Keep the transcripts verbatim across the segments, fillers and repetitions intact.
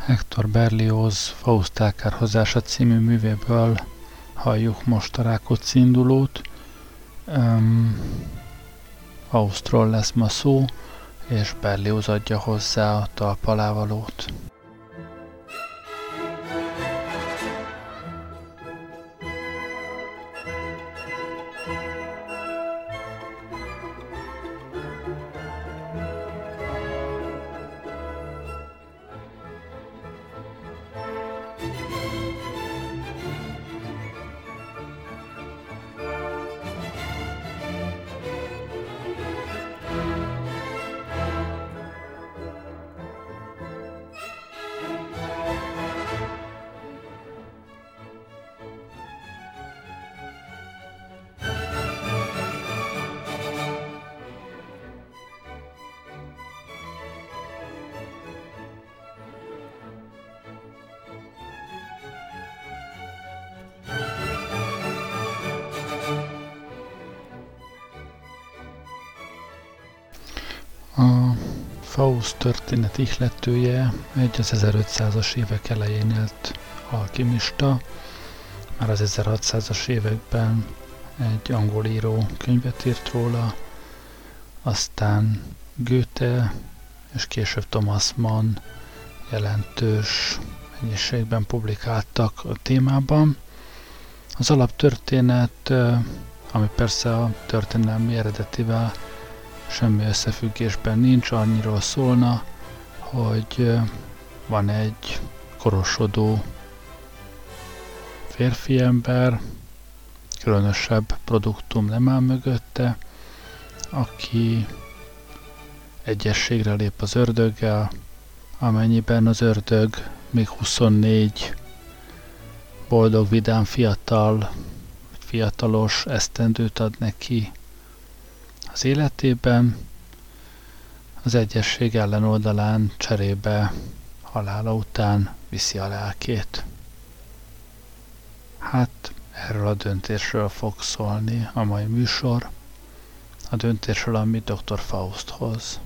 Hector Berlioz Faust elkárhozása című művéből halljuk most a Rákóczi indulót. Um, Faustról lesz ma szó, és Berlioz adja hozzá a talpalávalót. A Faust történet ihletője egy az ezerötszázas évek elején élt alkimista, már az ezerhatszázas években egy angol író könyvet írt róla, aztán Goethe és később Thomas Mann jelentős mennyiségben publikáltak a témában. Az alaptörténet, ami persze a történelmi eredetivel semmi összefüggésben nincs, annyiról szólna, hogy van egy korosodó férfi ember, különösebb produktum nem áll mögötte, aki egyességre lép az ördöggel, amennyiben az ördög még huszonnégy boldog, vidám, fiatal, fiatalos esztendőt ad neki az életében, az egyesség ellenoldalán cserébe halála után viszi a lelkét. Hát erről a döntésről fog szólni a mai műsor, a döntésről, amit doktor Faust hoz.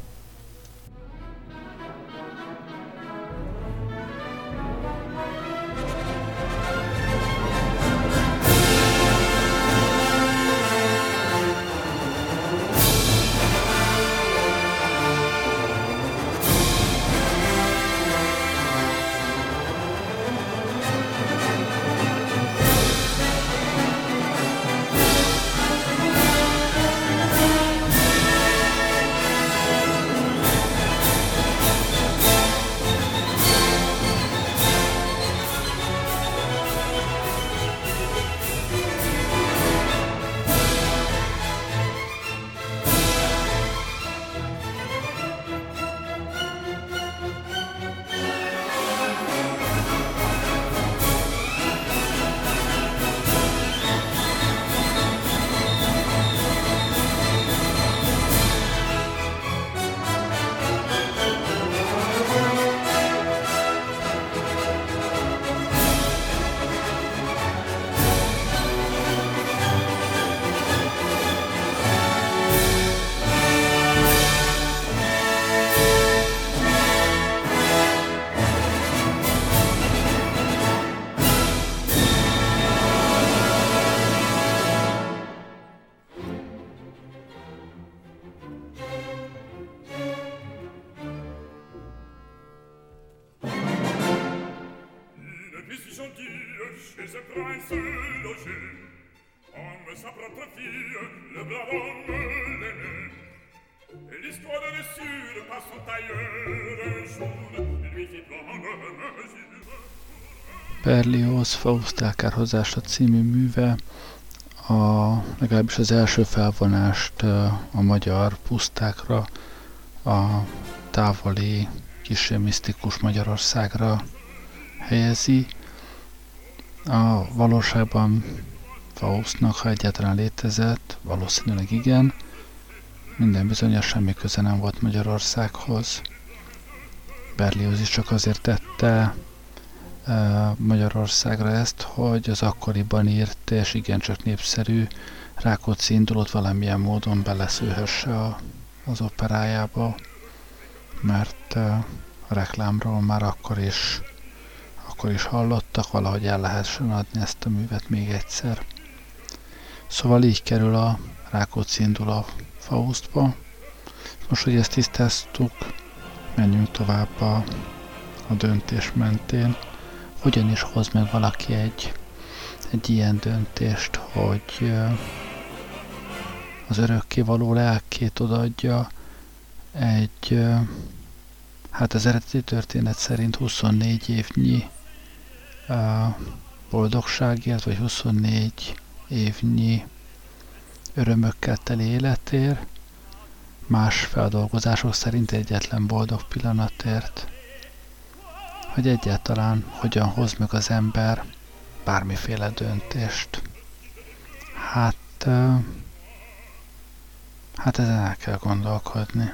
Berlioz Faust elkárhozása című műve a, legalábbis az első felvonást a magyar pusztákra, a távoli, kissé misztikus Magyarországra helyezi. A valóságban Faustnak, ha egyáltalán létezett, valószínűleg igen, minden bizonnyos semmi köze nem volt Magyarországhoz. Berlioz is csak azért tette Magyarországra ezt, hogy az akkoriban írt és igencsak népszerű Rákóczi indulót valamilyen módon beleszőhesse az operájába, mert a reklámról már akkor is, akkor is hallottak, valahogy el lehessen adni ezt a művet még egyszer. Szóval így kerül a Rákóczi indul a Faustba. Most, hogy ezt tisztáztuk, menjünk tovább a, a döntés mentén. Hogyan is hoz meg valaki egy, egy ilyen döntést, hogy az örökkévaló lelkét odaadja egy, hát az eredeti történet szerint huszonnégy évnyi boldogságért, vagy huszonnégy évnyi örömökkel teli életért, más feldolgozások szerint egyetlen boldog pillanatért, hogy egyáltalán hogyan hoz meg az ember bármiféle döntést. Hát, hát ezen el kell gondolkodni.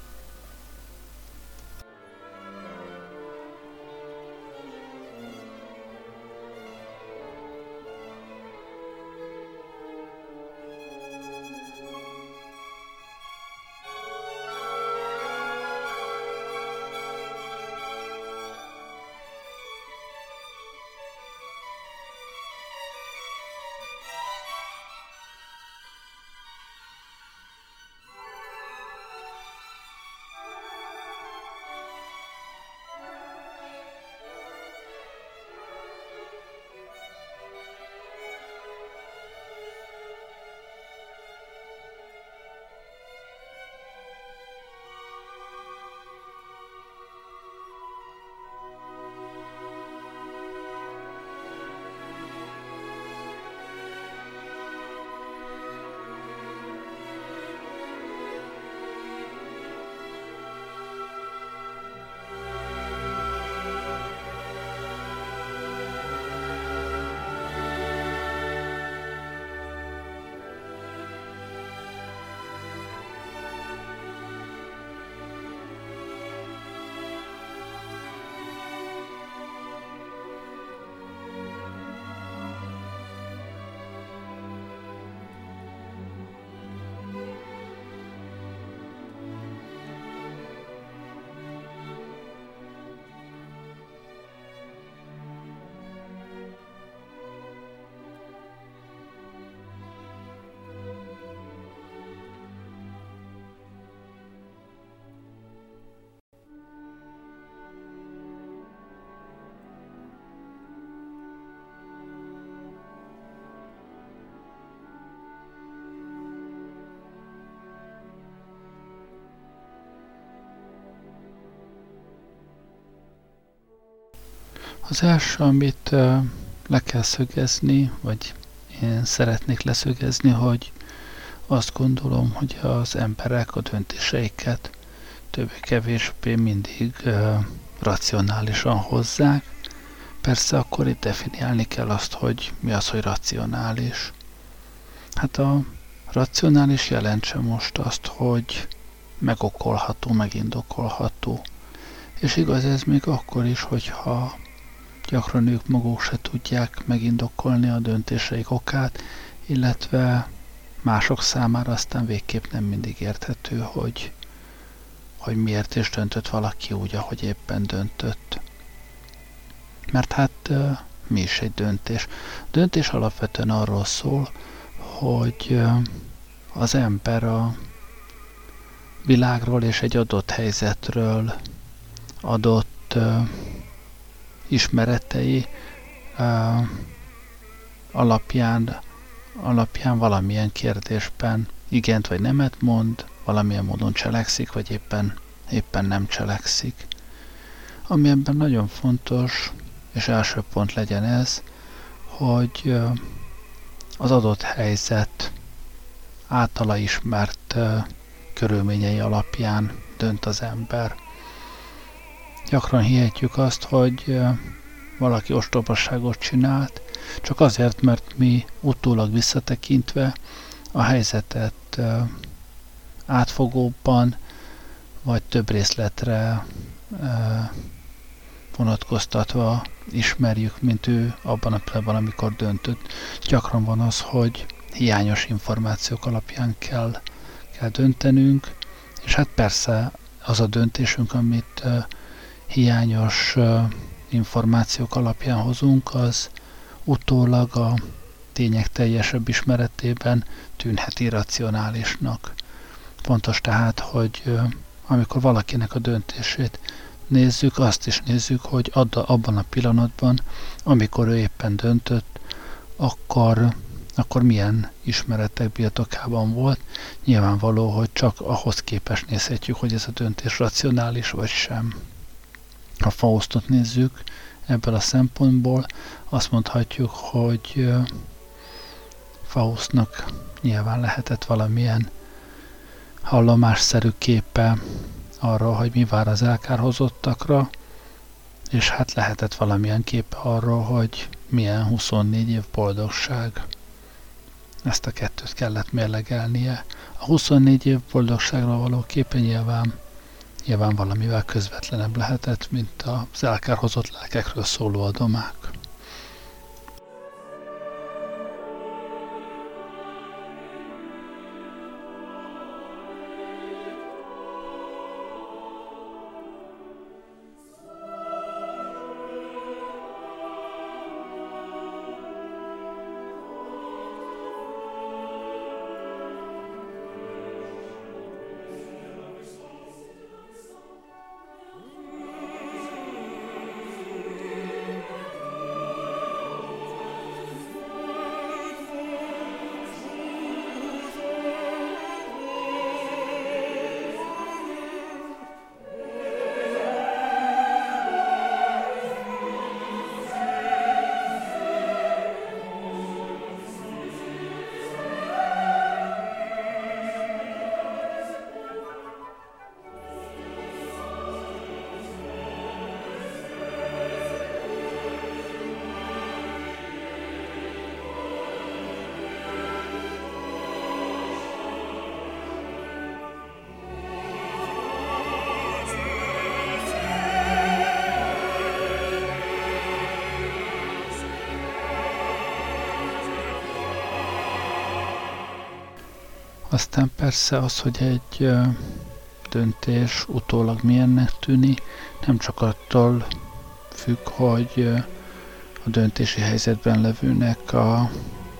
Az első, amit uh, le kell szögezni, vagy én szeretnék leszögezni, hogy azt gondolom, hogy az emberek a döntéseiket többé-kevésbé mindig uh, racionálisan hozzák. Persze akkor itt definiálni kell azt, hogy mi az, hogy racionális. Hát a racionális jelentse most azt, hogy megokolható, megindokolható. És igaz ez még akkor is, hogyha gyakran ők maguk se tudják megindokolni a döntéseik okát, illetve mások számára aztán végképp nem mindig érthető, hogy, hogy miért is döntött valaki úgy, ahogy éppen döntött. Mert hát mi is egy döntés? A döntés alapvetően arról szól, hogy az ember a világról és egy adott helyzetről adott uh, ismeretei uh, alapján, alapján valamilyen kérdésben igent vagy nemet mond, valamilyen módon cselekszik, vagy éppen, éppen nem cselekszik. Ami ebben nagyon fontos, és első pont legyen ez, hogy uh, az adott helyzet általa ismert uh, körülményei alapján dönt az ember. Gyakran hihetjük azt, hogy uh, valaki ostobaságot csinált, csak azért, mert mi utólag visszatekintve a helyzetet uh, átfogóbban, vagy több részletre uh, vonatkoztatva ismerjük, mint ő abban a pillanatban, amikor döntött. Gyakran van az, hogy hiányos információk alapján kell, kell döntenünk, és hát persze az a döntésünk, amit uh, hiányos uh, információk alapján hozunk, az utólag a tények teljesebb ismeretében tűnhet irracionálisnak. Fontos tehát, hogy uh, amikor valakinek a döntését nézzük, azt is nézzük, hogy adda, abban a pillanatban, amikor ő éppen döntött, akkor, akkor milyen ismeretek birtokában volt. Nyilvánvaló, hogy csak ahhoz képest nézhetjük, hogy ez a döntés racionális vagy sem. Ha Faustot nézzük ebből a szempontból, azt mondhatjuk, hogy Faustnak nyilván lehetett valamilyen hallomásszerű képe arról, hogy mi vár az elkárhozottakra, és hát lehetett valamilyen képe arról, hogy milyen huszonnégy év boldogság. Ezt a kettőt kellett mérlegelnie. A huszonnégy év boldogságra való képe nyilván, nyilván valamivel közvetlenebb lehetett, mint az elkárhozott lelkekről szóló adomák. Aztán persze az, hogy egy ö, döntés utólag milyennek tűnik, nem csak attól függ, hogy ö, a döntési helyzetben levőnek a,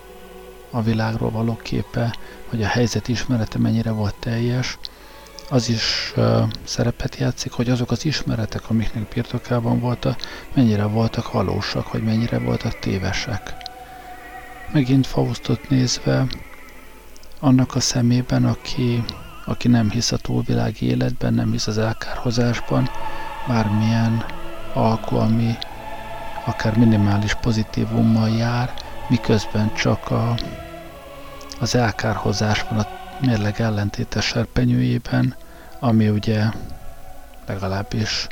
a világról való képe, vagy a helyzet ismerete mennyire volt teljes, az is ö, szerepet játszik, hogy azok az ismeretek, amiknek birtokában voltak, mennyire voltak valósak, vagy mennyire voltak tévesek. Megint Faustot nézve, annak a szemében, aki, aki nem hisz a túlvilági életben, nem hisz az elkárhozásban, bármilyen alku, ami akár minimális pozitívummal jár, miközben csak a, az elkárhozás van a mérleg ellentétes serpenyőjében, ami ugye legalábbis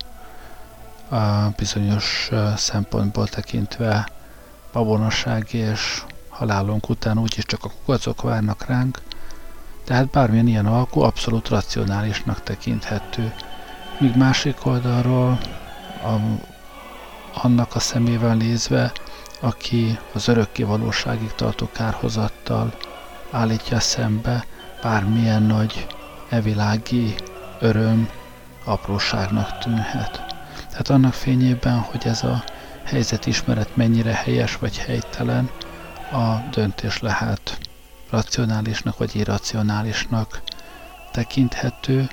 a bizonyos szempontból tekintve babonaság és halálunk után úgyis csak a kukacok várnak ránk, tehát bármilyen ilyen alkú abszolút racionálisnak tekinthető. Míg másik oldalról a, annak a szemével nézve, aki az örökké valóságig tartó kárhozattal állítja szembe, bármilyen nagy evilági öröm apróságnak tűnhet. Tehát annak fényében, hogy ez a helyzetismeret mennyire helyes vagy helytelen, a döntés lehet racionálisnak vagy irracionálisnak tekinthető.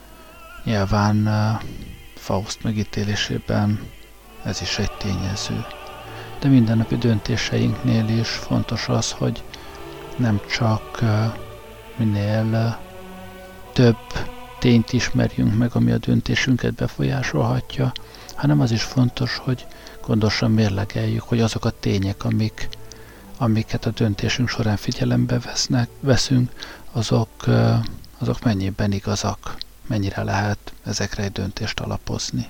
Nyilván uh, Faust megítélésében ez is egy tényező. De mindennapi döntéseinknél is fontos az, hogy nem csak uh, minél uh, több tényt ismerjünk meg, ami a döntésünket befolyásolhatja, hanem az is fontos, hogy gondosan mérlegeljük, hogy azok a tények, amik amiket a döntésünk során figyelembe vesznek, veszünk, azok, azok mennyiben igazak, mennyire lehet ezekre egy döntést alapozni.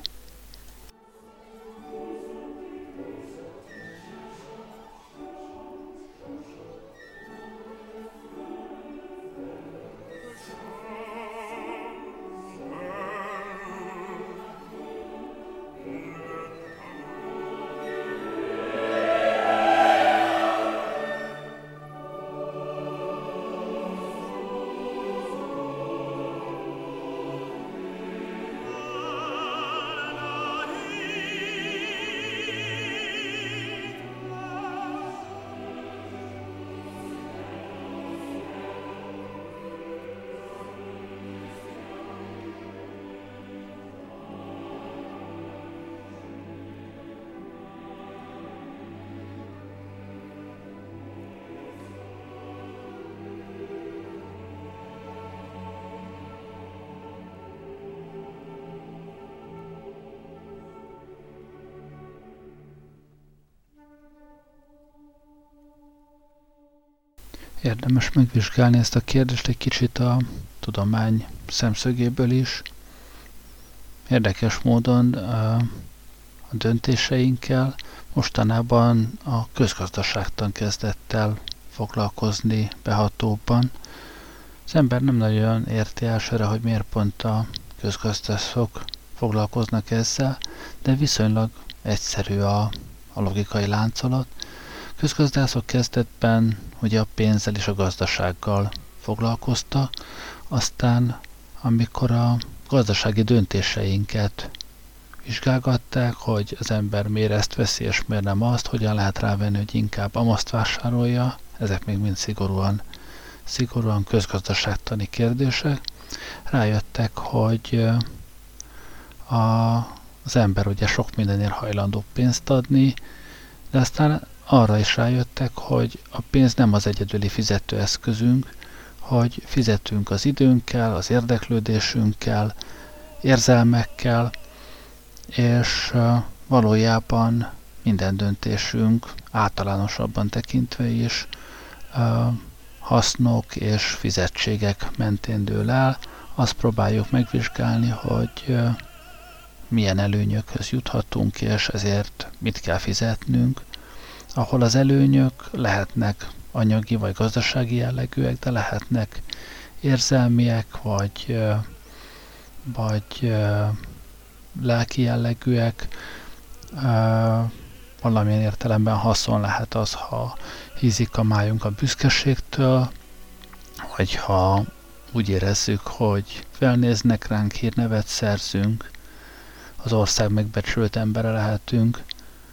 Érdemes megvizsgálni ezt a kérdést egy kicsit a tudomány szemszögéből is. Érdekes módon a döntéseinkkel mostanában a közgazdaságtan kezdett el foglalkozni behatóbban. Az ember nem nagyon érti elsőre, hogy miért pont a közgazdászok foglalkoznak ezzel, de viszonylag egyszerű a, a logikai láncolat. Közgazdászok kezdetben ugye a pénzzel és a gazdasággal foglalkoztak, aztán amikor a gazdasági döntéseinket vizsgálgatták, hogy az ember miért ezt veszi és miért nem azt, hogyan lehet rávenni, hogy inkább azt vásárolja, ezek még mind szigorúan, szigorúan közgazdaságtani kérdések, rájöttek, hogy a, az ember ugye sok mindenért hajlandó pénzt adni, de aztán arra is rájöttek, hogy a pénz nem az egyedüli fizetőeszközünk, hogy fizetünk az időnkkel, az érdeklődésünkkel, érzelmekkel, és valójában minden döntésünk általánosabban tekintve is hasznok és fizetségek mentén dől el. Azt próbáljuk megvizsgálni, hogy milyen előnyökhöz juthatunk, és ezért mit kell fizetnünk, ahol az előnyök lehetnek anyagi vagy gazdasági jellegűek, de lehetnek érzelmiek, vagy, vagy lelki jellegűek. Valamilyen értelemben haszon lehet az, ha hízik a májunk a büszkeségtől, vagy ha úgy érezzük, hogy felnéznek ránk, hírnevet szerzünk, az ország megbecsült embere lehetünk.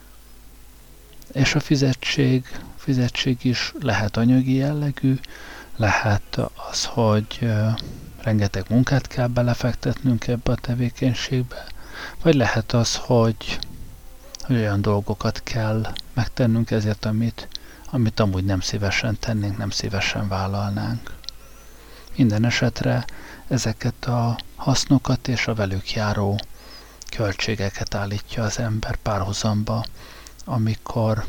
És a fizetség, fizetség is lehet anyagi jellegű, lehet az, hogy uh, rengeteg munkát kell belefektetnünk ebbe a tevékenységbe, vagy lehet az, hogy, hogy olyan dolgokat kell megtennünk ezért, amit, amit amúgy nem szívesen tennénk, nem szívesen vállalnánk. Minden esetre ezeket a hasznokat és a velük járó költségeket állítja az ember párhuzamba, amikor,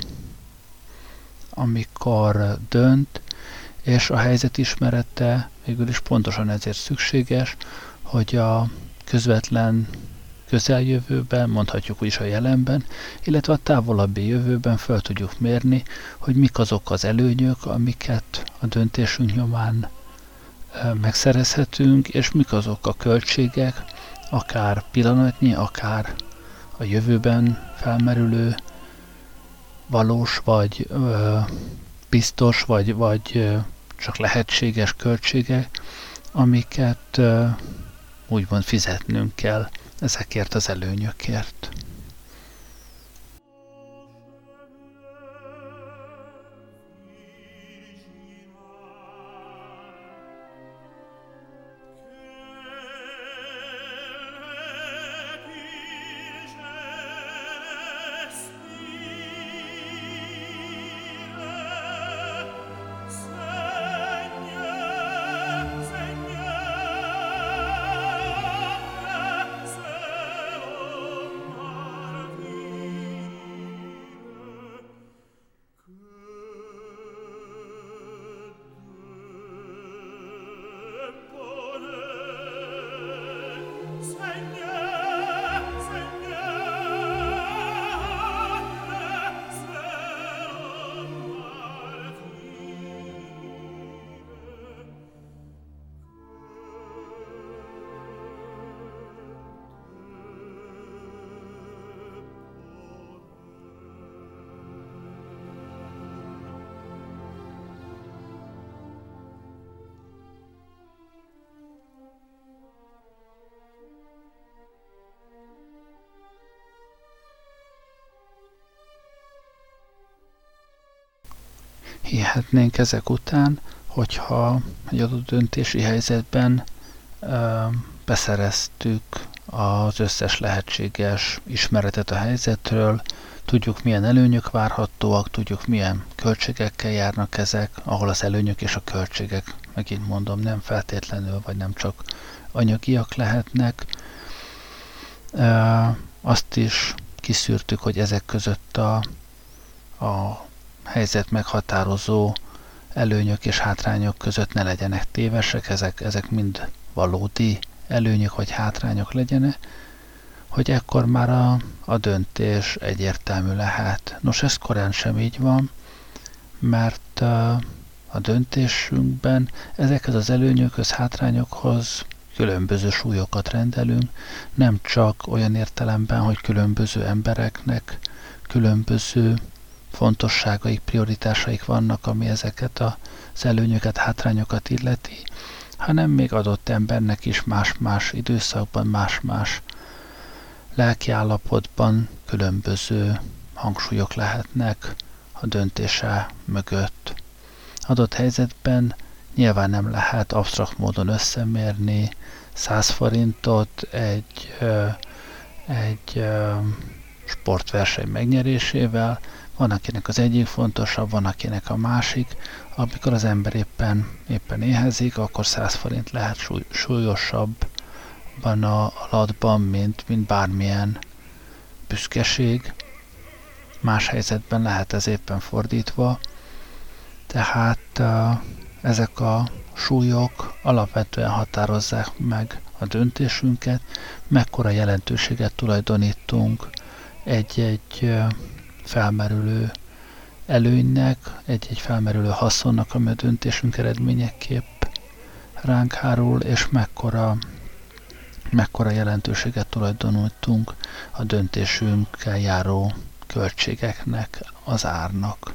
amikor dönt, és a helyzet ismerete végül is pontosan ezért szükséges, hogy a közvetlen közeljövőben, mondhatjuk úgyis a jelenben, illetve a távolabbi jövőben fel tudjuk mérni, hogy mik azok az előnyök, amiket a döntésünk nyomán megszerezhetünk, és mik azok a költségek, akár pillanatnyi, akár a jövőben felmerülő, valós, vagy ö, biztos, vagy, vagy ö, csak lehetséges költségek, amiket ö, úgymond fizetnünk kell ezekért az előnyökért. Hihetnénk ezek után, hogyha egy adott döntési helyzetben ö, beszereztük az összes lehetséges ismeretet a helyzetről, tudjuk milyen előnyök várhatóak, tudjuk milyen költségekkel járnak ezek, ahol az előnyök és a költségek, megint mondom, nem feltétlenül, vagy nem csak anyagiak lehetnek. Ö, azt is kiszűrtük, hogy ezek között a, a helyzet meghatározó előnyök és hátrányok között ne legyenek tévesek, ezek, ezek mind valódi előnyök vagy hátrányok legyenek, hogy ekkor már a, a döntés egyértelmű lehet. Nos, ez korán sem így van, mert a, a döntésünkben ezekhez az előnyökhöz, hátrányokhoz különböző súlyokat rendelünk, nem csak olyan értelemben, hogy különböző embereknek különböző fontosságaik, prioritásaik vannak, ami ezeket az előnyöket, hátrányokat illeti, hanem még adott embernek is más-más időszakban, más-más lelkiállapotban különböző hangsúlyok lehetnek a döntése mögött. Adott helyzetben nyilván nem lehet absztrakt módon összemérni száz forintot egy, egy sportverseny megnyerésével, van akinek az egyik fontosabb, van akinek a másik. Amikor az ember éppen, éppen éhezik, akkor száz forint lehet súly, súlyosabban a latban, mint, mint bármilyen büszkeség. Más helyzetben lehet ez éppen fordítva. Tehát uh, ezek a súlyok alapvetően határozzák meg a döntésünket, mekkora jelentőséget tulajdonítunk egy-egy uh, felmerülő előnynek, egy-egy felmerülő haszonnak, ami a döntésünk eredményeképp ránk hárul, és mekkora, mekkora jelentőséget tulajdonítunk a döntésünkkel járó költségeknek, az árnak.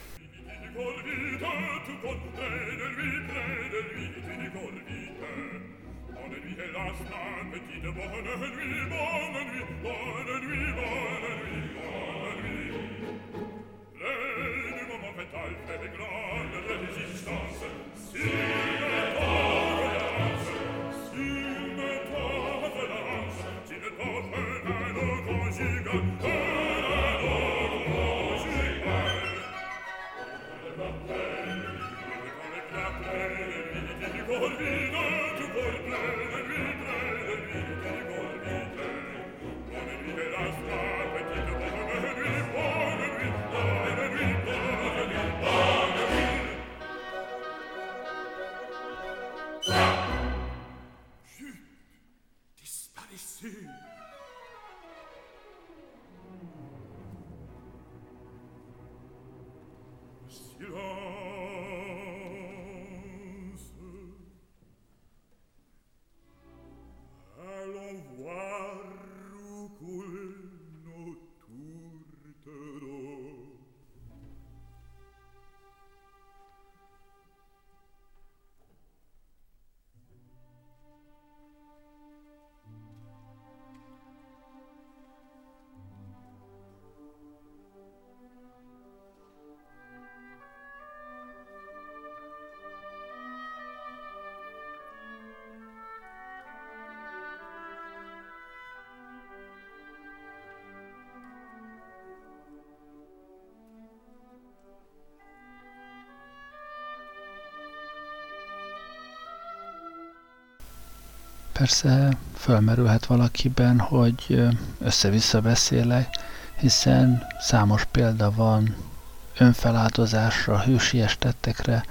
Persze fölmerülhet valakiben, hogy össze-vissza beszélek, hiszen számos példa van önfeláldozásra, hősies tettekre,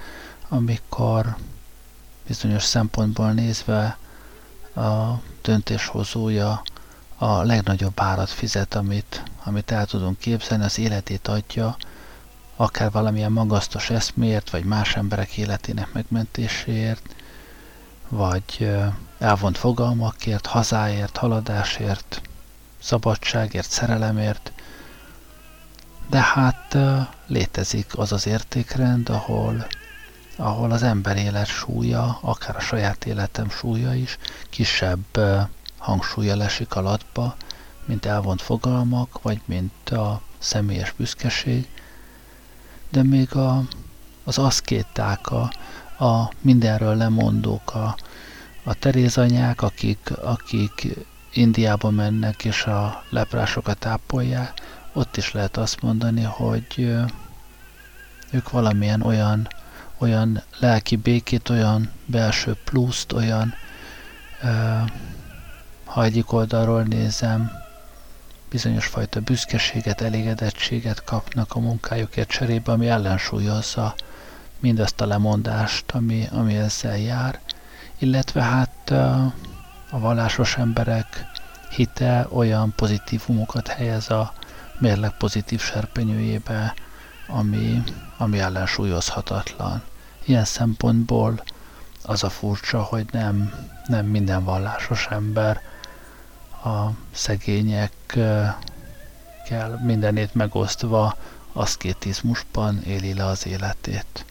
amikor bizonyos szempontból nézve a döntéshozója a legnagyobb árat fizet, amit, amit el tudunk képzelni, az életét adja, akár valamilyen magasztos eszméért, vagy más emberek életének megmentéséért, vagy elvont fogalmakért, hazáért, haladásért, szabadságért, szerelemért. De hát létezik az az értékrend, ahol, ahol az ember élet súlya, akár a saját életem súlya is kisebb hangsúlya lesik alatba, mint elvont fogalmak, vagy mint a személyes büszkeség. De még a, az aszkéták, a, a mindenről lemondók, a, a terézanyák, akik, akik Indiába mennek és a leprásokat ápolják, ott is lehet azt mondani, hogy ők valamilyen olyan, olyan lelki békét, olyan belső pluszt, olyan, ha egyik oldalról nézem, bizonyos fajta büszkeséget, elégedettséget kapnak a munkájukért cserébe, ami ellensúlyozza mindazt a lemondást, ami, ami ezzel jár, illetve hát a vallásos emberek hite olyan pozitívumokat helyez a mérleg pozitív serpenyőjébe, ami, ami ellensúlyozhatatlan. Ilyen szempontból az a furcsa, hogy nem, nem minden vallásos ember a szegényekkel mindenét megosztva aszkétizmusban éli le az életét.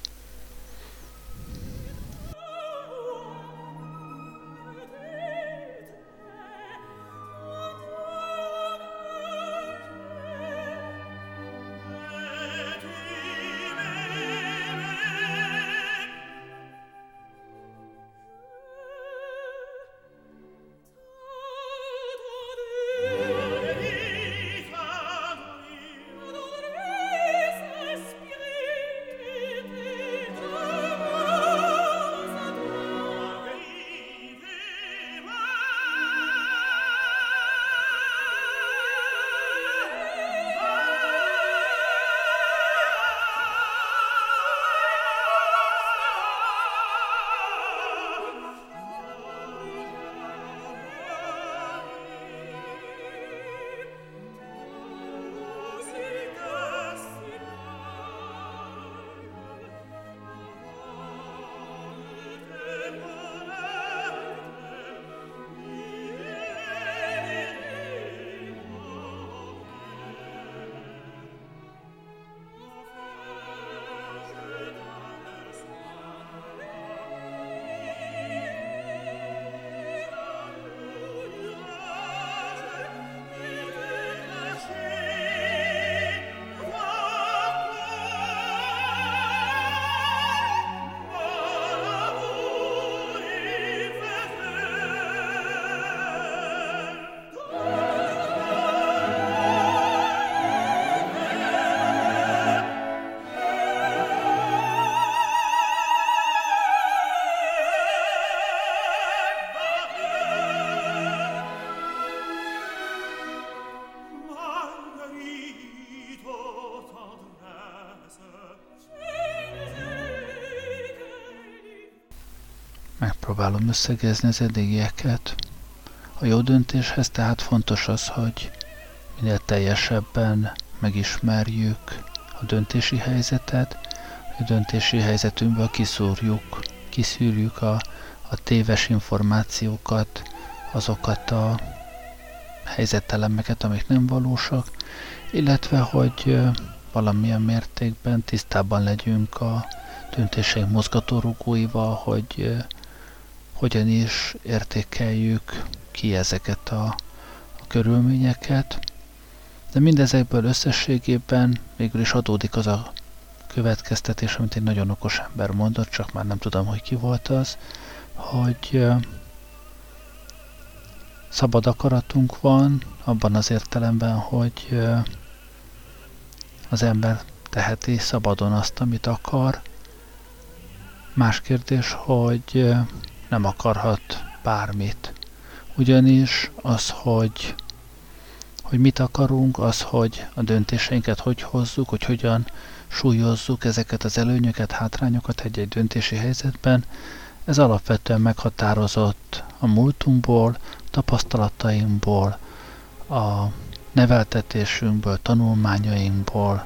Megpróbálom összegezni az eddigieket. A jó döntéshez tehát fontos az, hogy minél teljesebben megismerjük a döntési helyzetet, a döntési helyzetünkből kiszúrjuk, kiszűrjük a, a téves információkat, azokat a helyzetelemeket, amik nem valósak, illetve hogy valamilyen mértékben tisztában legyünk a döntéseink mozgatórugóival, hogy hogyan is értékeljük ki ezeket a, a körülményeket. De mindezekből összességében végül is adódik az a következtetés, amit egy nagyon okos ember mondott, csak már nem tudom, hogy ki volt az, hogy szabad akaratunk van, abban az értelemben, hogy az ember teheti szabadon azt, amit akar. Más kérdés, hogy nem akarhat bármit. Ugyanis az, hogy, hogy mit akarunk, az, hogy a döntéseinket hogy hozzuk, hogy hogyan súlyozzuk ezeket az előnyöket, hátrányokat egy-egy döntési helyzetben, ez alapvetően meghatározott a múltunkból, tapasztalatainkból, a neveltetésünkből, tanulmányainkból,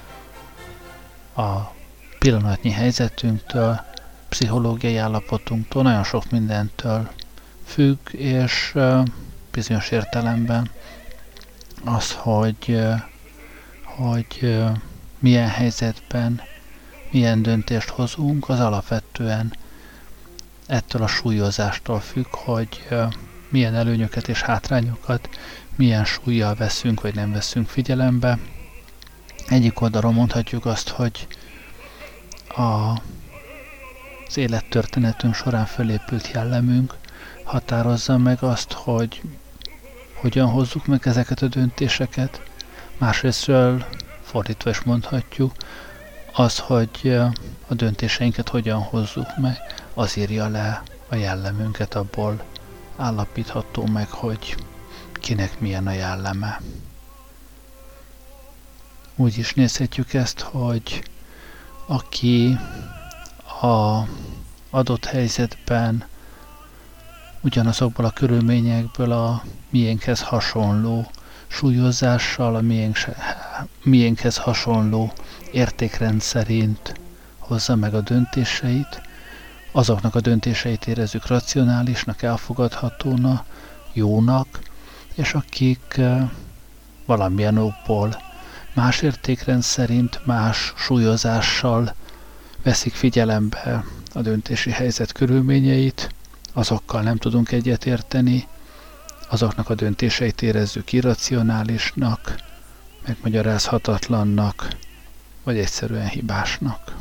a pillanatnyi helyzetünktől, pszichológiai állapotunktól, nagyon sok mindentől függ, és bizonyos értelemben az, hogy, hogy milyen helyzetben milyen döntést hozunk, az alapvetően ettől a súlyozástól függ, hogy milyen előnyöket és hátrányokat milyen súllyal veszünk, vagy nem veszünk figyelembe. Egyik oldalon mondhatjuk azt, hogy a, az élettörténetünk során fölépült jellemünk határozza meg azt, hogy hogyan hozzuk meg ezeket a döntéseket. Másrésztről fordítva is mondhatjuk, az, hogy a döntéseinket hogyan hozzuk meg, az írja le a jellemünket, abból állapítható meg, hogy kinek milyen a jelleme. Úgy is nézhetjük ezt, hogy aki a adott helyzetben ugyanazokból a körülményekből a miénkhez hasonló súlyozással, a miénk, miénkhez hasonló értékrend szerint hozza meg a döntéseit, azoknak a döntéseit érezzük racionálisnak, elfogadhatónak, jónak, és akik valamilyen okból más értékrend szerint, más súlyozással veszik figyelembe a döntési helyzet körülményeit, azokkal nem tudunk egyetérteni, azoknak a döntéseit érezzük irracionálisnak, megmagyarázhatatlannak, vagy egyszerűen hibásnak.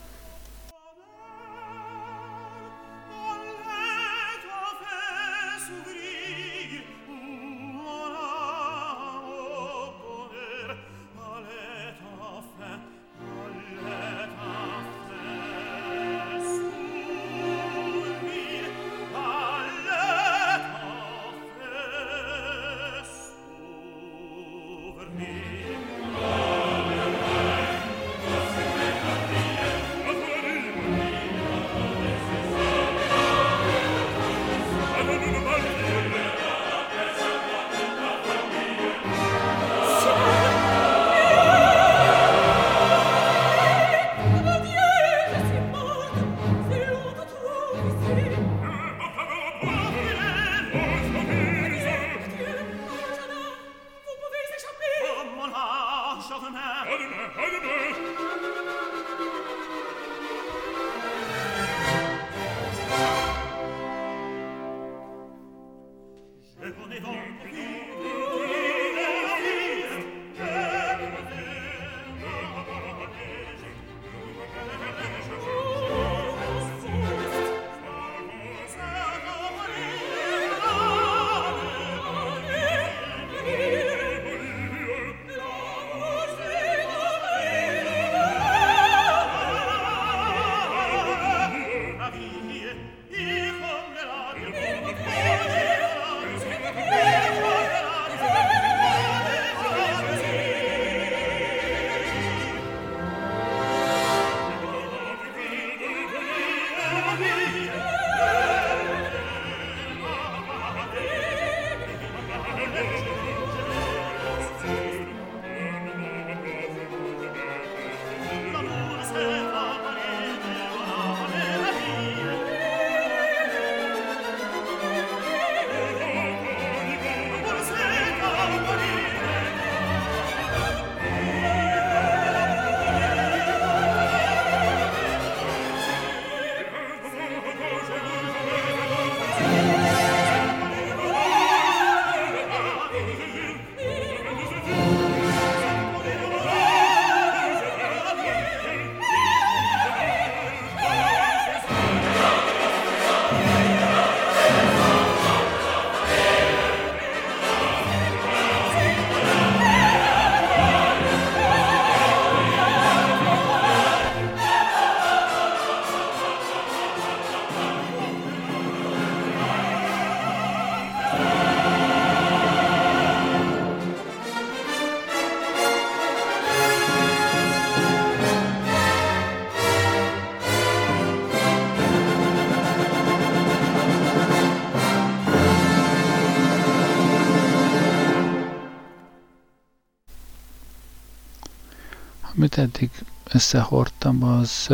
Amit eddig összehordtam, az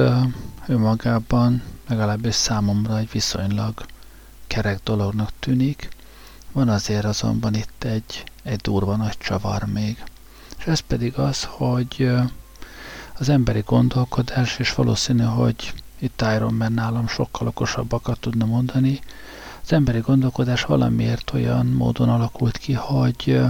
önmagában legalábbis számomra egy viszonylag kerek dolognak tűnik. Van azért azonban itt egy, egy durva nagy csavar még. És ez pedig az, hogy az emberi gondolkodás, és valószínű, hogy itt Iron Man nálam sokkal okosabbakat tudna mondani, az emberi gondolkodás valamiért olyan módon alakult ki, hogy,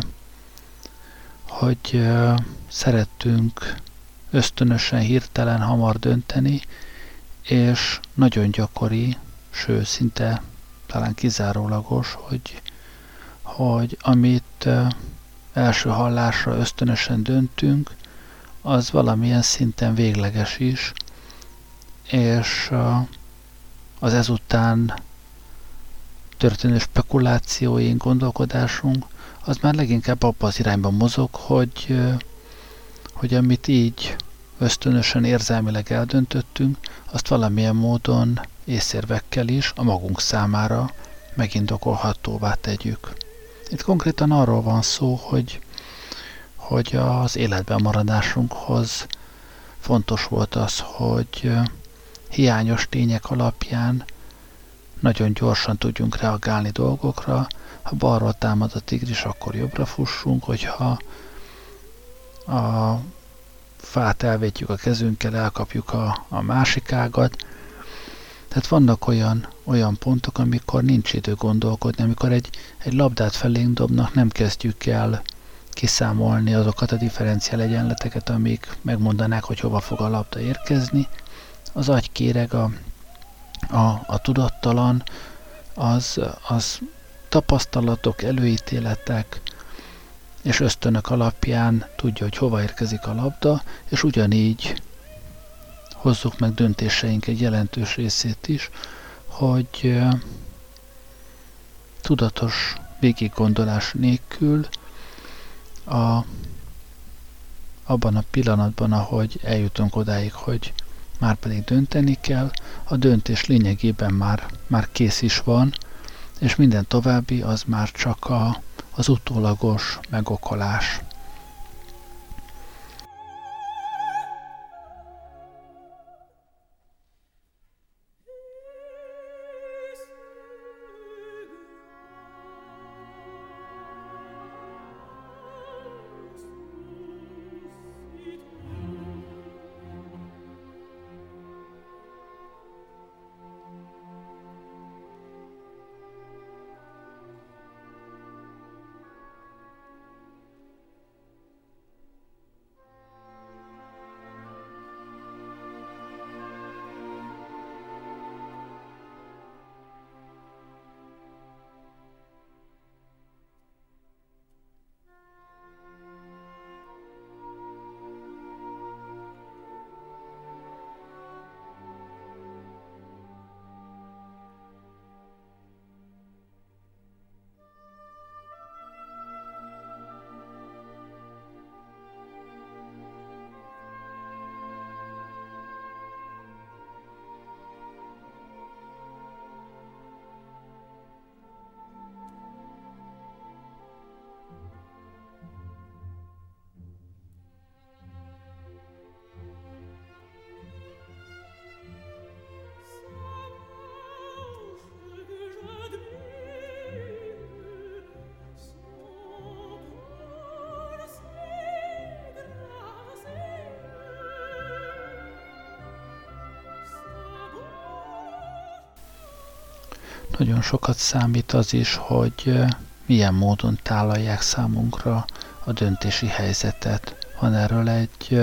hogy szerettünk ösztönösen, hirtelen, hamar dönteni, és nagyon gyakori, sőt, szinte talán kizárólagos, hogy, hogy amit első hallásra ösztönösen döntünk, az valamilyen szinten végleges is, és az ezután történő spekulációink, gondolkodásunk, az már leginkább abba az irányba mozog, hogy, hogy amit így ösztönösen, érzelmileg eldöntöttünk, azt valamilyen módon észérvekkel is a magunk számára megindokolhatóvá tegyük. Itt konkrétan arról van szó, hogy, hogy az életben maradásunkhoz fontos volt az, hogy hiányos tények alapján nagyon gyorsan tudjunk reagálni dolgokra. Ha balról támad a tigris, akkor jobbra fussunk, hogyha a fát elvétjük a kezünkkel, elkapjuk a, a másik ágat. Tehát vannak olyan, olyan pontok, amikor nincs idő gondolkodni, amikor egy, egy labdát felénk dobnak, nem kezdjük el kiszámolni azokat a differenciál egyenleteket, amik megmondanák, hogy hova fog a labda érkezni. Az agykéreg, a, a, a tudattalan, az, az tapasztalatok, előítéletek és ösztönök alapján tudja, hogy hova érkezik a labda, és ugyanígy hozzuk meg döntéseink egy jelentős részét is, hogy uh, tudatos végiggondolás nélkül a, abban a pillanatban, ahogy eljutunk odáig, hogy már pedig dönteni kell, a döntés lényegében már, már kész is van, és minden további az már csak a, az utólagos megokolás. Nagyon sokat számít az is, hogy milyen módon tálalják számunkra a döntési helyzetet. Van erről egy,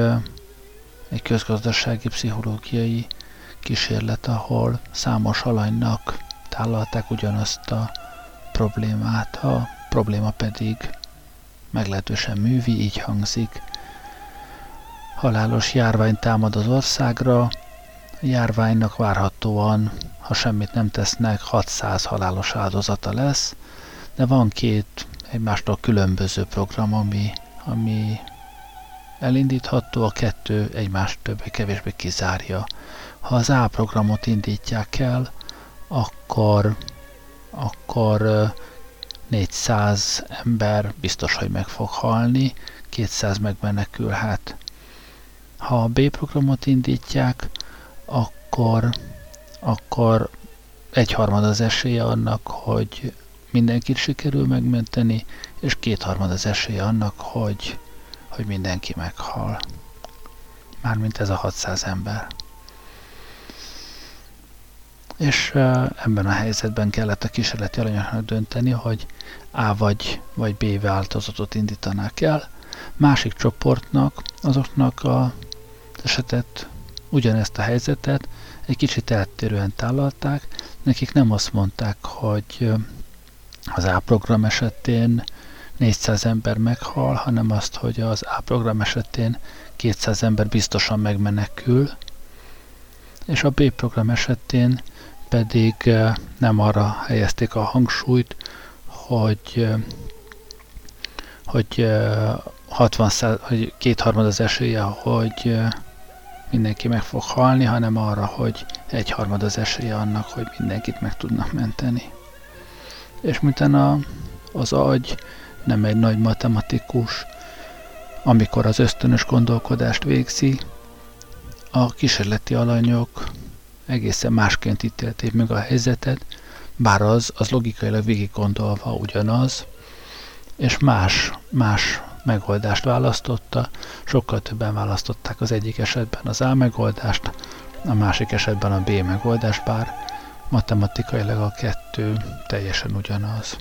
egy közgazdasági, pszichológiai kísérlet, ahol számos alanynak tálalták ugyanazt a problémát. A probléma pedig meglehetősen művi, így hangzik. Halálos járvány támad az országra, a járványnak várhatóan, ha semmit nem tesznek, hatszáz halálos áldozata lesz, de van két egymástól különböző program, ami, ami elindítható, a kettő egymást többé-kevésbé kizárja. Ha az A programot indítják el, akkor, akkor négyszáz ember biztos, hogy meg fog halni, kétszáz megmenekülhet. Ha a B programot indítják, akkor, akkor egyharmad az esélye annak, hogy mindenkit sikerül megmenteni, és kétharmad az esélye annak, hogy, hogy mindenki meghal. Mármint ez a hatszáz ember. És uh, ebben a helyzetben kellett a kísérleti alanyoknak dönteni, hogy A vagy, vagy B változatot indítanák el. Másik csoportnak, azoknak az esetet, ugyanezt a helyzetet egy kicsit eltérően tálalták. Nekik nem azt mondták, hogy az A program esetén négyszáz ember meghal, hanem azt, hogy az A program esetén kétszáz ember biztosan megmenekül, és a B program esetén pedig nem arra helyezték a hangsúlyt, hogy, hogy, hatvan száz, hogy kétharmad az esélye, hogy, mindenki meg fog halni, hanem arra, hogy egyharmad az esélye annak, hogy mindenkit meg tudnak menteni. És miután az agy nem egy nagy matematikus, amikor az ösztönös gondolkodást végzi, a kísérleti alanyok egészen másként ítélték meg a helyzetet, bár az, az logikailag végig gondolva ugyanaz, és más, más megoldást választotta, sokkal többen választották az egyik esetben az A megoldást, a másik esetben a B megoldást, bár matematikailag a kettő teljesen ugyanaz.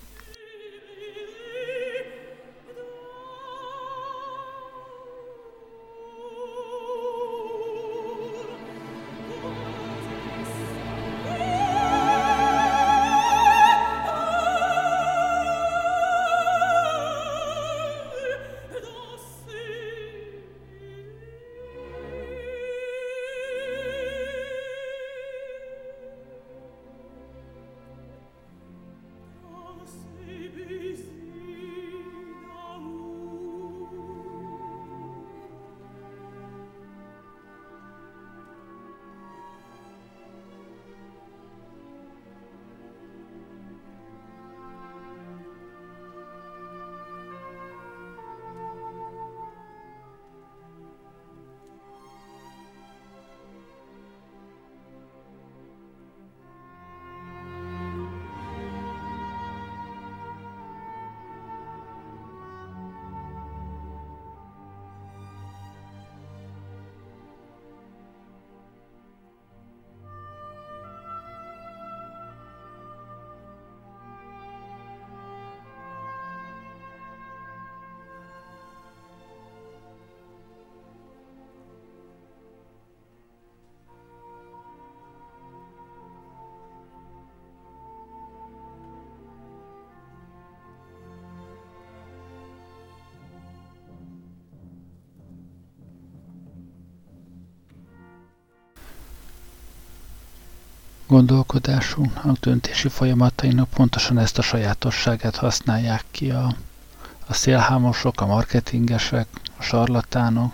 Gondolkodásunknak, döntési folyamatainak pontosan ezt a sajátosságát használják ki a, a szélhámosok, a marketingesek, a sarlatánok,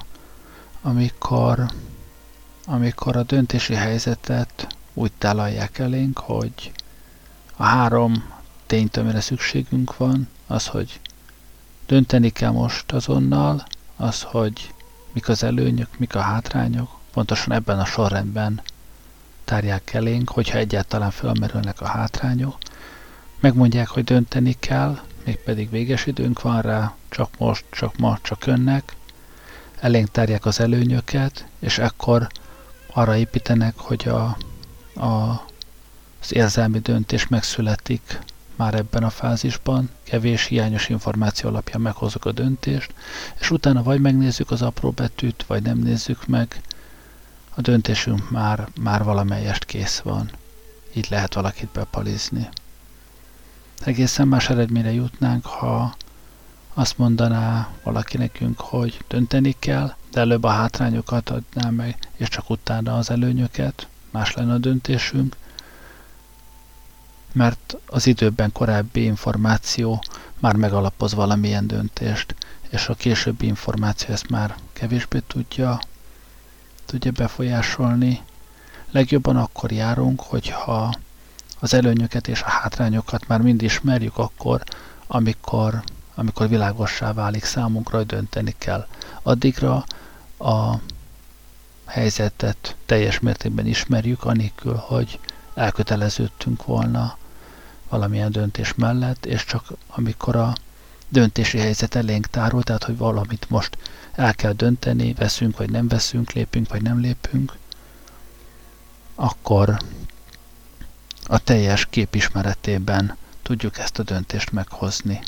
amikor, amikor a döntési helyzetet úgy tálalják elénk, hogy a három tényt, amire szükségünk van, az, hogy dönteni kell most azonnal, az, hogy mik az előnyök, mik a hátrányok, pontosan ebben a sorrendben tárják elénk, hogyha egyáltalán felmerülnek a hátrányok. Megmondják, hogy dönteni kell, mégpedig véges időnk van rá, csak most, csak ma, csak önnek. Elénk tárják az előnyöket, és ekkor arra építenek, hogy a, a, az érzelmi döntés megszületik már ebben a fázisban, kevés hiányos információ alapján meghozok a döntést, és utána vagy megnézzük az apró betűt, vagy nem nézzük meg, a döntésünk már, már valamelyest kész van. Így lehet valakit bepalizni. Egészen más eredményre jutnánk, ha azt mondaná valaki nekünk, hogy dönteni kell, de előbb a hátrányokat adná meg, és csak utána az előnyöket, más lenne a döntésünk, mert az időben korábbi információ már megalapoz valamilyen döntést, és a későbbi információ ezt már kevésbé tudja tudja befolyásolni. Legjobban akkor járunk, hogyha az előnyöket és a hátrányokat már mind ismerjük akkor, amikor, amikor világossá válik számunkra, hogy dönteni kell. Addigra a helyzetet teljes mértékben ismerjük, anélkül, hogy elköteleződtünk volna valamilyen döntés mellett, és csak amikor a döntési helyzet elénk tárul, tehát hogy valamit most el kell dönteni, veszünk vagy nem veszünk, lépünk vagy nem lépünk, akkor a teljes kép ismeretében tudjuk ezt a döntést meghozni.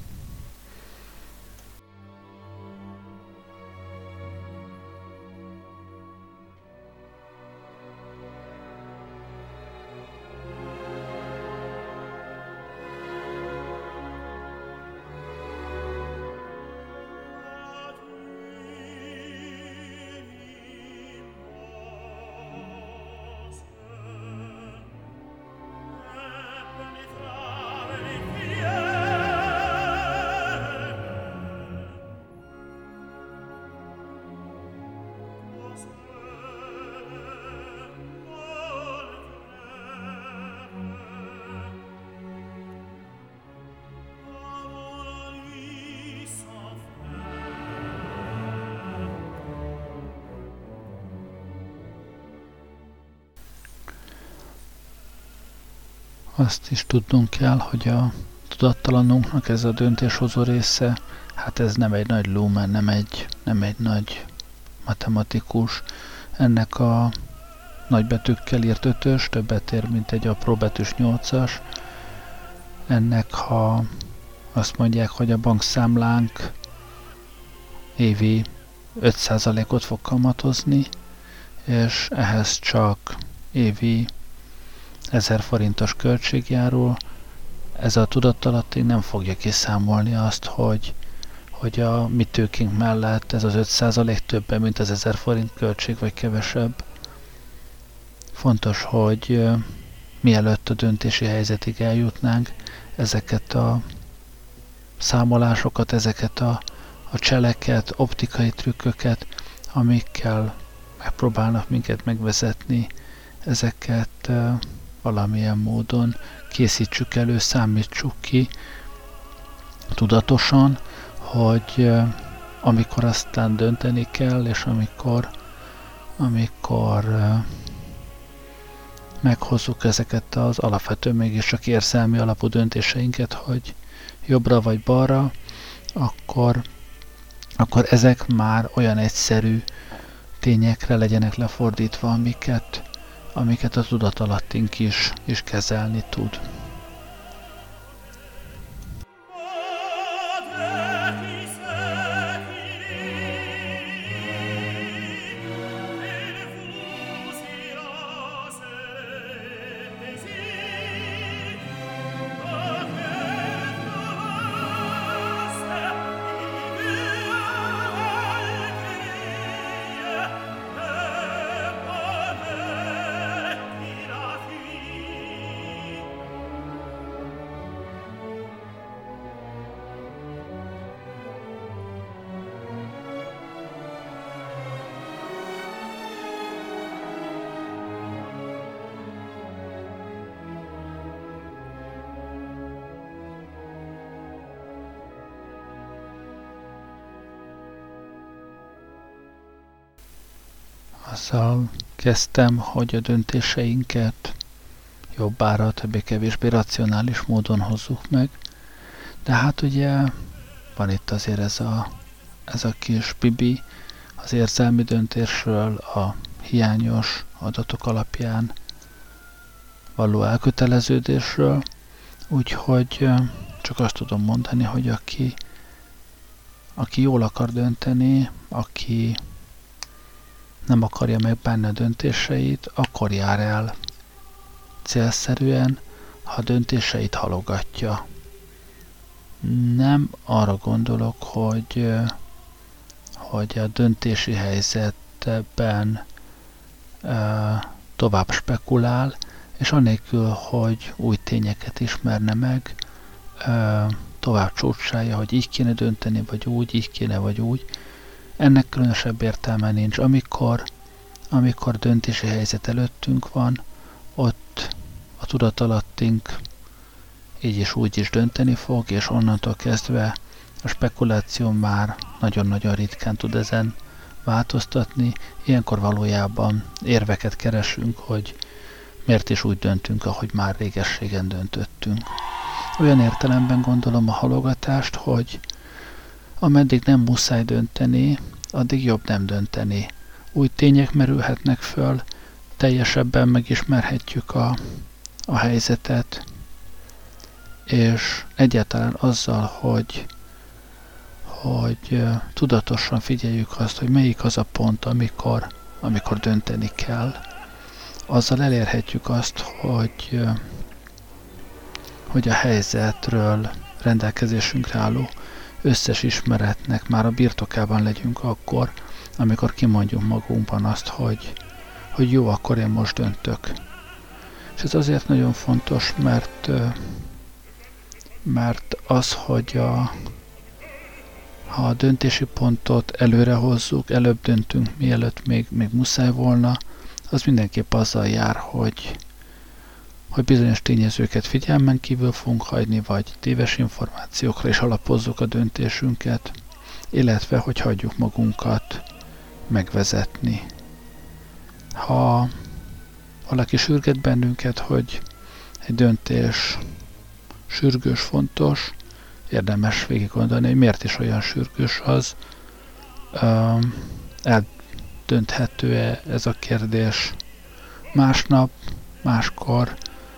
Yeah. azt is tudnunk kell, hogy a tudattalanunknak ez a döntéshozó része, hát ez nem egy nagy lumen, nem egy, nem egy nagy matematikus. Ennek a nagybetűkkel írt ötös többet ér, mint egy apróbetűs nyolcas. Ennek, ha azt mondják, hogy a bankszámlánk évi öt százalékot fog kamatozni, és ehhez csak évi ezer forintos költség járul, ez a tudattalattig nem fogja kiszámolni azt, hogy, hogy a mi tőkénk mellett ez az öt százalék többen, mint az ezer forint költség, vagy kevesebb. Fontos, hogy uh, mielőtt a döntési helyzetig eljutnánk, ezeket a számolásokat, ezeket a, a cseleket, optikai trükköket, amikkel megpróbálnak minket megvezetni, ezeket uh, valamilyen módon készítsük elő, számítsuk ki tudatosan, hogy uh, amikor aztán dönteni kell, és amikor, amikor uh, meghozzuk ezeket az alapvető mégis csak érzelmi alapú döntéseinket, hogy jobbra vagy balra, akkor, akkor ezek már olyan egyszerű tényekre legyenek lefordítva, amiket, amiket a tudatalattunk is, is kezelni tud. Azzal kezdtem, hogy a döntéseinket jobbára, többé-kevésbé racionális módon hozzuk meg, de hát ugye van itt azért ez a, ez a kis bibi az érzelmi döntésről, a hiányos adatok alapján való elköteleződésről, úgyhogy csak azt tudom mondani, hogy aki, aki jól akar dönteni, aki nem akarja megbánni a döntéseit, akkor jár el célszerűen, ha a döntéseit halogatja. Nem arra gondolok, hogy, hogy a döntési helyzetben uh, tovább spekulál, és anélkül, hogy új tényeket ismerne meg, uh, tovább csúcsálja, hogy így kéne dönteni, vagy úgy, így kéne, vagy úgy. Ennek különösebb értelme nincs. Amikor, amikor döntési helyzet előttünk van, ott a tudatalattunk így és úgy is dönteni fog, és onnantól kezdve a spekuláció már nagyon-nagyon ritkán tud ezen változtatni. Ilyenkor valójában érveket keresünk, hogy miért is úgy döntünk, ahogy már régességen döntöttünk. Olyan értelemben gondolom a halogatást, hogy ameddig nem muszáj dönteni, addig jobb nem dönteni. Új tények merülhetnek föl, teljesebben megismerhetjük a, a helyzetet, és egyáltalán azzal, hogy, hogy uh, tudatosan figyeljük azt, hogy melyik az a pont, amikor, amikor dönteni kell, azzal elérhetjük azt, hogy, uh, hogy a helyzetről rendelkezésünkre álló összes ismeretnek már a birtokában legyünk akkor, amikor kimondjuk magunkban azt, hogy, hogy jó, akkor én most döntök. És ez azért nagyon fontos, mert, mert az, hogy a, ha a döntési pontot előre hozzuk, előbb döntünk, mielőtt még, még muszáj volna, az mindenképp azzal jár, hogy, hogy bizonyos tényezőket figyelmen kívül fogunk hagyni, vagy téves információkra is alapozzuk a döntésünket, illetve hogy hagyjuk magunkat megvezetni. Ha valaki sürget bennünket, hogy egy döntés sürgős, fontos, érdemes végig gondolni, hogy miért is olyan sürgős az. Um, eldönthető-e ez a kérdés másnap, máskor,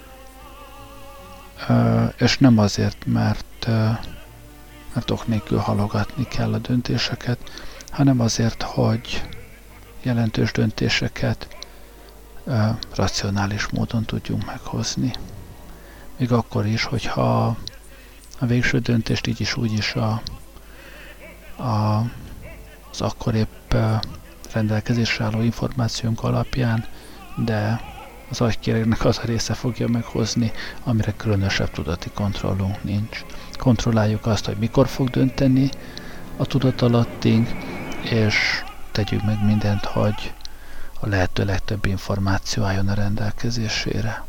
uh, és nem azért, mert, uh, mert ok nélkül halogatni kell a döntéseket, hanem azért, hogy jelentős döntéseket uh, racionális módon tudjunk meghozni. Még akkor is, hogyha a végső döntést így is úgy is a, a, az akkor épp uh, rendelkezésre álló információnk alapján, de az agykéregnek az a része fogja meghozni, amire különösebb tudati kontrollunk nincs. Kontrolláljuk azt, hogy mikor fog dönteni a tudatalattunk, és tegyük meg mindent, hogy a lehető legtöbb információ álljon a rendelkezésére.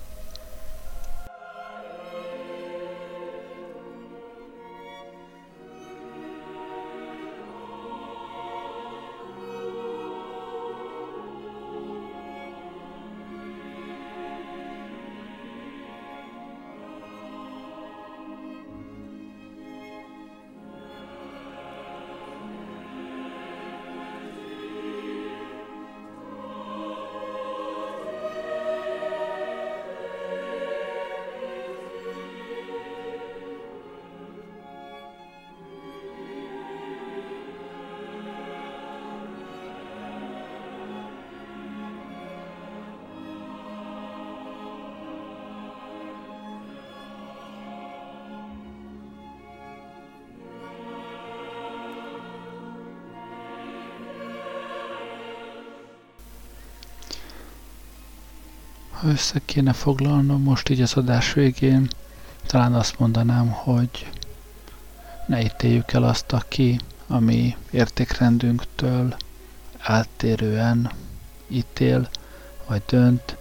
Ha össze kéne foglalnom most így az adás végén, talán azt mondanám, hogy ne ítéljük el azt, aki, ami értékrendünktől eltérően ítél, vagy dönt,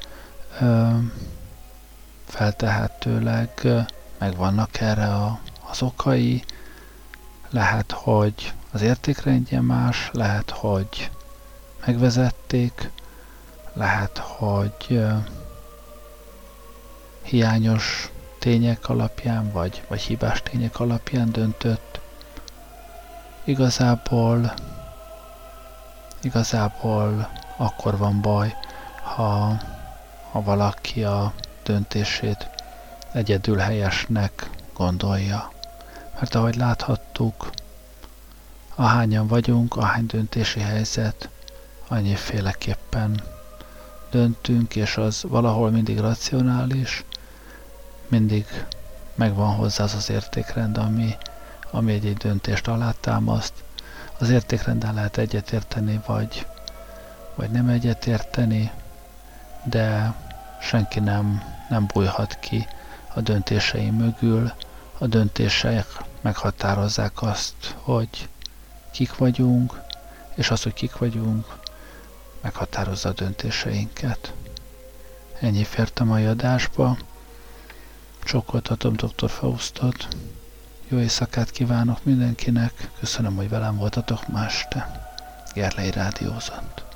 feltehetőleg megvannak erre a, az okai, lehet, hogy az értékrendje más, lehet, hogy megvezették, lehet, hogy hiányos tények alapján, vagy, vagy hibás tények alapján döntött. Igazából, igazából akkor van baj, ha, ha valaki a döntését egyedül helyesnek gondolja. Mert ahogy láthattuk, ahányan vagyunk, ahány döntési helyzet, annyiféleképpen döntünk, és az valahol mindig racionális, mindig megvan hozzá az az értékrend, ami, ami egy-egy döntést alátámaszt. Az értékrenddel lehet egyetérteni, vagy, vagy nem egyetérteni, de senki nem, nem bújhat ki a döntései mögül. A döntések meghatározzák azt, hogy kik vagyunk, és az, hogy kik vagyunk, meghatározza a döntéseinket. Ennyi fért a mai adásba. Csókoltatom doktor Faustot. Jó éjszakát kívánok mindenkinek. Köszönöm, hogy velem voltatok ma este. Gerlei rádiózott.